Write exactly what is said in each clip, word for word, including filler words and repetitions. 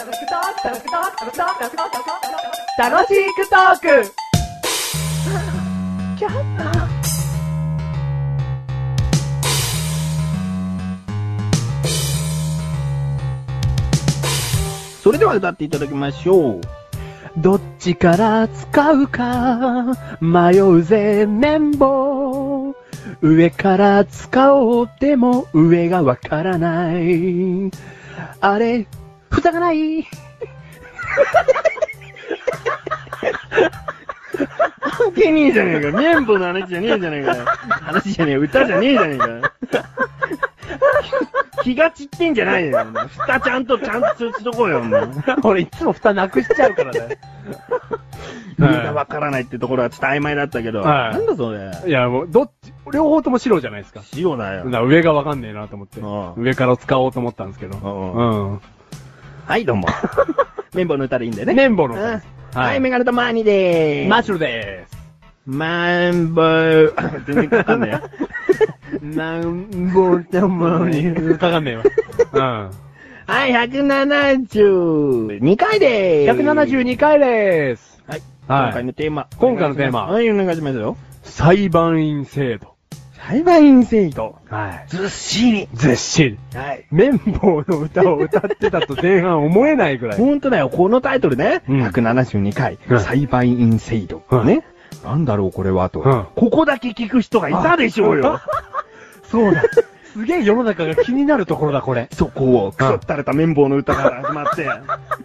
楽しくトークそれでは歌っていただきましょう。 どっちから使うか迷うぜ綿棒。上から使おうでも上がわからない。あれ、蓋がない。 関係ねえじゃねえか。綿棒の話じゃねえじゃねえか。話じゃねえ、歌じゃねえじゃねえか。気が散ってんじゃないよ。蓋ちゃんとちゃんとしとこうよ。 俺いつも蓋なくしちゃうからね。 上がわからないってところはちょっと曖昧だったけど。 はい、 なんだそれ。 いやもう、どっち、両方とも白じゃないですか。 白だよ。 だ上がわかんねえなと思って。 うん、 上から使おうと思ったんですけど。 うんうん、はい、どうも。綿棒の歌でいいんだよね。 綿棒の歌です。 うん、はい、メガネとマーニーでーす。 マッシュルでーす。 綿棒、全然かかんないよ。 なんぼともに、かかんねえわ。うん。 はい、ひゃくななじゅうにかいでーす。 ひゃくななじゅうにかいでーす。 はい。 はい。 今回のテーマ。 今回のテーマ。 はい、お願いしますよ。 裁判員制度。 裁判員制度。 はい。 ずっしり。 ずっしり。 はい。 綿棒の歌を歌ってたと前半思えないぐらい。 ほんとだよ、このタイトルね。 うん、 ひゃくななじゅうにかい。 うん、 裁判員制度。 うん、 ね。なんだろう、これは、と、 うん。 ここだけ聞く人がいたでしょうよ。 そうだ。すげえ世の中が気になるところだ、これ。 そこを、くそったれた綿棒の歌から始まって。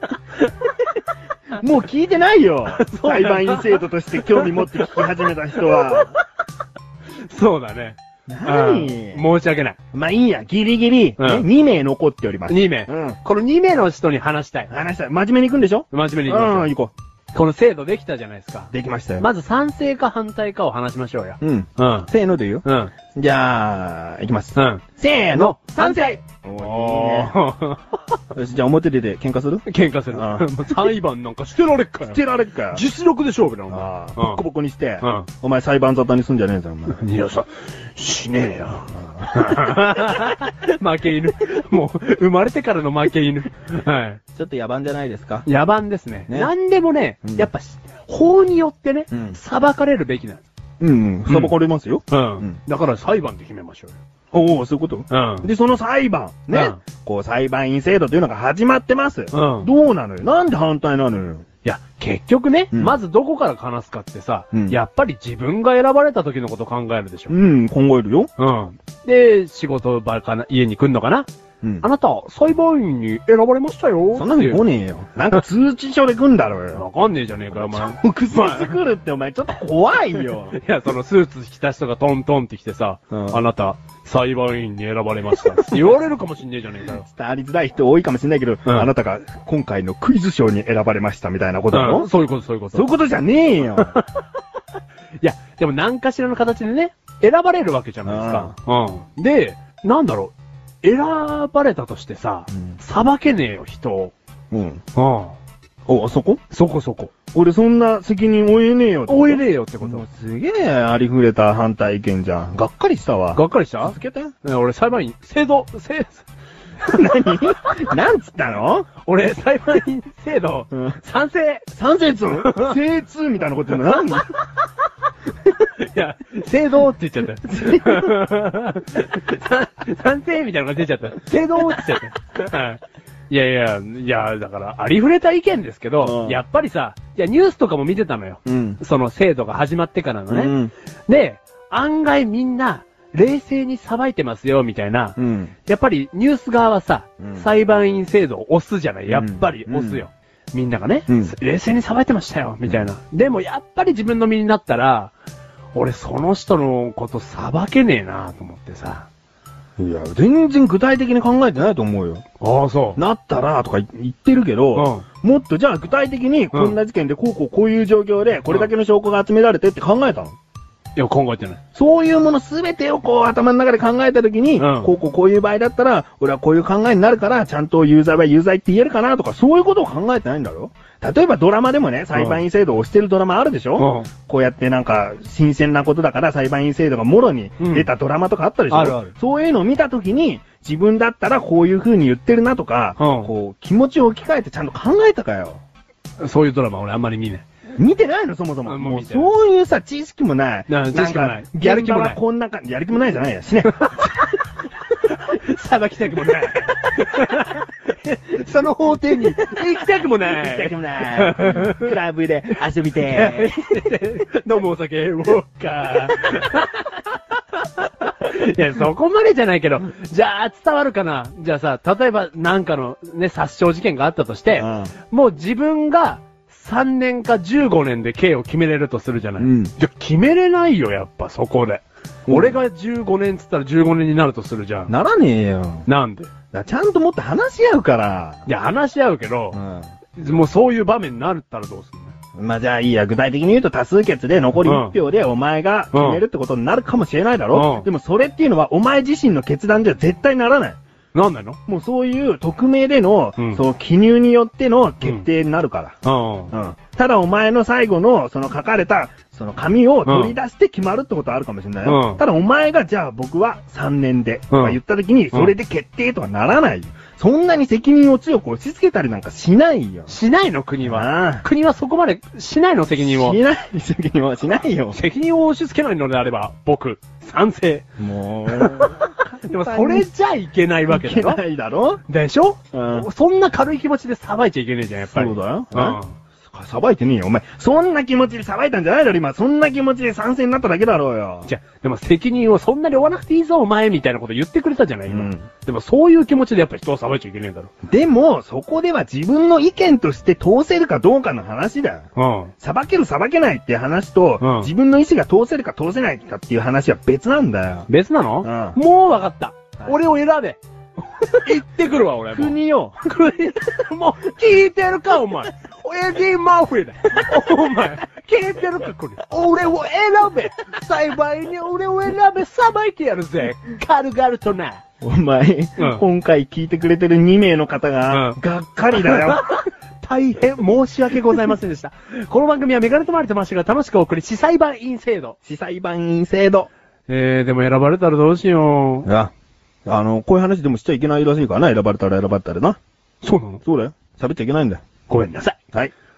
もう聞いてないよ。裁判員制度として興味持って聞き始めた人は。 そうだね。 何？ 申し訳ない。 まあいいや、ギリギリ、 うんね、にめい残っております。 にめい。 うん。 このにめいの人に話したい。 話したい。真面目に行くんでしょ？ 真面目に行きましょう。 うん、行こう。この制度できたじゃないですか。 できましたよ。 まず賛成か反対かを話しましょうよ。 うん。 うん。 せーので言う？ うん。 じゃあ、行きます。 うん。 せーの、賛成！ おー。 よし、じゃあ表出て喧嘩する？ 喧嘩する。裁判なんかしてられっかよ。 してられっかよ。 実力で勝負だ、お前。 ああ、ボッコボコにして、 うん。 お前裁判沙汰にすんじゃねえぞ、お前。 いやさ、しねえよ。負け犬。もう、生まれてからの負け犬。はい。 ちょっと野蛮じゃないですか？ 野蛮ですね。 ね。 なんでもね、 うん、 やっぱ、法によってね、 うん、 裁かれるべきなんです。 うん、裁かれますよ。 うん。うん、だから裁判で決めましょうよ。 おお、そういうこと？ うん。 で、その裁判、ね。うん、こう、裁判員制度というのが始まってます。うん。どうなのよ？なんで反対なのよ？ いや、結局ね、うん、まずどこから話すかってさ、うん、やっぱり自分が選ばれた時のこと考えるでしょ。 うん、考えるよ。 うん。で、仕事場かな、家に来んのかな？うん。あなた、裁判員に選ばれましたよ。 そんなの来ねえよ。なんか通知書で来んだろうよ。 わかんねえじゃねえかよ、お前。 直接来るってお前ちょっと怖いよ。 いや、そのスーツ着た人がトントンって来てさ、うん、あなた、裁判員に選ばれました。って言われるかもしんねえじゃねえかよ。 伝わりづらい人多いかもしんないけど、うん、あなたが今回のクイズ賞に選ばれましたみたいなことだろ、 うん、そういうこと、そういうこと。 そういうことじゃねえよ。 いや、でも何かしらの形でね、選ばれるわけじゃないですか。うん。で、なんだろう。選ばれたとしてさ、うん、裁けねえよ、人を。うん。うん。 お、そこそこそこ。 俺そんな責任負えねえよってこと。 負えねえよってこと。 すげえありふれた反対意見じゃん。がっかりしたわ。 がっかりした？ 続けて。 俺裁判員、制度、制、 何なんつったの？ 俺裁判員制度、うん、賛成。 賛成つん精通みたいなこと言うの何？いや、制度って言っちゃった。賛成みたいなのが出ちゃった。制度って言っちゃった。はい。いやいや、いや、だから、ありふれた意見ですけど、うん、やっぱりさ、いや、ニュースとかも見てたのよ。うん、その制度が始まってからのね。うん、で、案外みんな、冷静に裁いてますよ、みたいな。うん、やっぱり、ニュース側はさ、うん、裁判員制度を押すじゃない。やっぱり押すよ。うん、みんながね、うん、冷静に裁いてましたよ、みたいな。うん、でも、やっぱり自分の身になったら、俺、その人のこと裁けねえなと思ってさ。 いや、全然具体的に考えてないと思うよ。 ああ、そう。 なったら、とか言ってるけど、うん、もっとじゃあ具体的に、こんな事件でこうこうこういう状況で、これだけの証拠が集められてって考えたの、 いや、考えてない。 そういうものすべてをこう頭の中で考えたときに、うん、こうこうこういう場合だったら、俺はこういう考えになるから、ちゃんと有罪は有罪って言えるかなとか、そういうことを考えてないんだろ？例えばドラマでもね、裁判員制度を推してるドラマあるでしょ、うん、こうやってなんか、新鮮なことだから裁判員制度がもろに出たドラマとかあったでしょ、うん、あるある。そういうのを見たときに、自分だったらこういう風に言ってるなとか、うん、こう、気持ちを置き換えてちゃんと考えたかよ。 そういうドラマ俺あんまり見ない。 見てないのそもそも。もうそういうさ、知識もない。 な知識もない。 やる気もない。こんな感じ、やる気もないじゃないやしね。 さばきたくもない。その法廷に行きたくもない。 行きたくもない。クラブで遊びてー。飲むお酒をか。いや、そこまでじゃないけど、じゃあ伝わるかな。じゃあさ、例えばなんかのね、殺傷事件があったとして、うん、もう自分がさんねんかじゅうごねんで刑を決めれるとするじゃない。うん、じゃ決めれないよ、やっぱそこで。うん、俺がじゅうごねんつったらじゅうごねんになるとするじゃん。 ならねえよ。 なんで？ ちゃんともっと話し合うから。 いや、話し合うけど、うん、もうそういう場面になったらどうするの？ まあ、じゃあいいや、具体的に言うと多数決で残りいち票でお前が決めるってことになるかもしれないだろ、うん、でもそれっていうのはお前自身の決断じゃ絶対ならない。 なんなの？ もうそういう匿名での、うん、その記入によっての決定になるから。うんうん、ただお前の最後のその書かれたその紙を取り出して決まるってことはあるかもしれないよ。うん、ただお前がじゃあ僕はさんねんでとか言った時にそれで決定とはならないよ。そんなに責任を強く押し付けたりなんかしないよ。 しないの国は。ああ国はそこまでしないの責任を。 しない、責任はしないよ。 責任を押し付けないのであれば、僕、賛成。 もう。 でもそれじゃいけないわけだろ。 いけないだろでしょ、うん、そんな軽い気持ちでさばいちゃいけねえじゃん、やっぱり。 そうだよ。うんさばいてねえよ、お前。そんな気持ちでさばいたんじゃないだろ、今。そんな気持ちで賛成になっただけだろうよ。 じゃ、でも責任をそんなに負わなくていいぞ、お前、みたいなこと言ってくれたじゃない、今。うん、でもそういう気持ちでやっぱ人をさばいちゃいけねえんだろ。 でも、そこでは自分の意見として通せるかどうかの話だよ。うん。さばけるさばけないっていう話と、うん、自分の意思が通せるか通せないかっていう話は別なんだよ。 別なの？うん。もうわかった。はい、俺を選べ。行ってくるわ、俺も。 国を。 国、もう、聞いてるか、お前。エディ・マーフィーだ。お前、聞いてるか、これ。俺を選べ。裁判員に俺を選べ、さばいてやるぜ。軽々とな。 お前、うん、今回聞いてくれてるに名の方が、うん、がっかりだよ。 大変申し訳ございませんでした。この番組はメガネとマリとマッシュが楽しく送り、司裁判員制度。 司裁判員制度。 えー、でも選ばれたらどうしよう。 いや、あの、こういう話でもしちゃいけないらしいからな、選ばれたら選ばれたらな。 そうなの？ そうだよ。喋っちゃいけないんだよ。 ごめんなさい。 はい。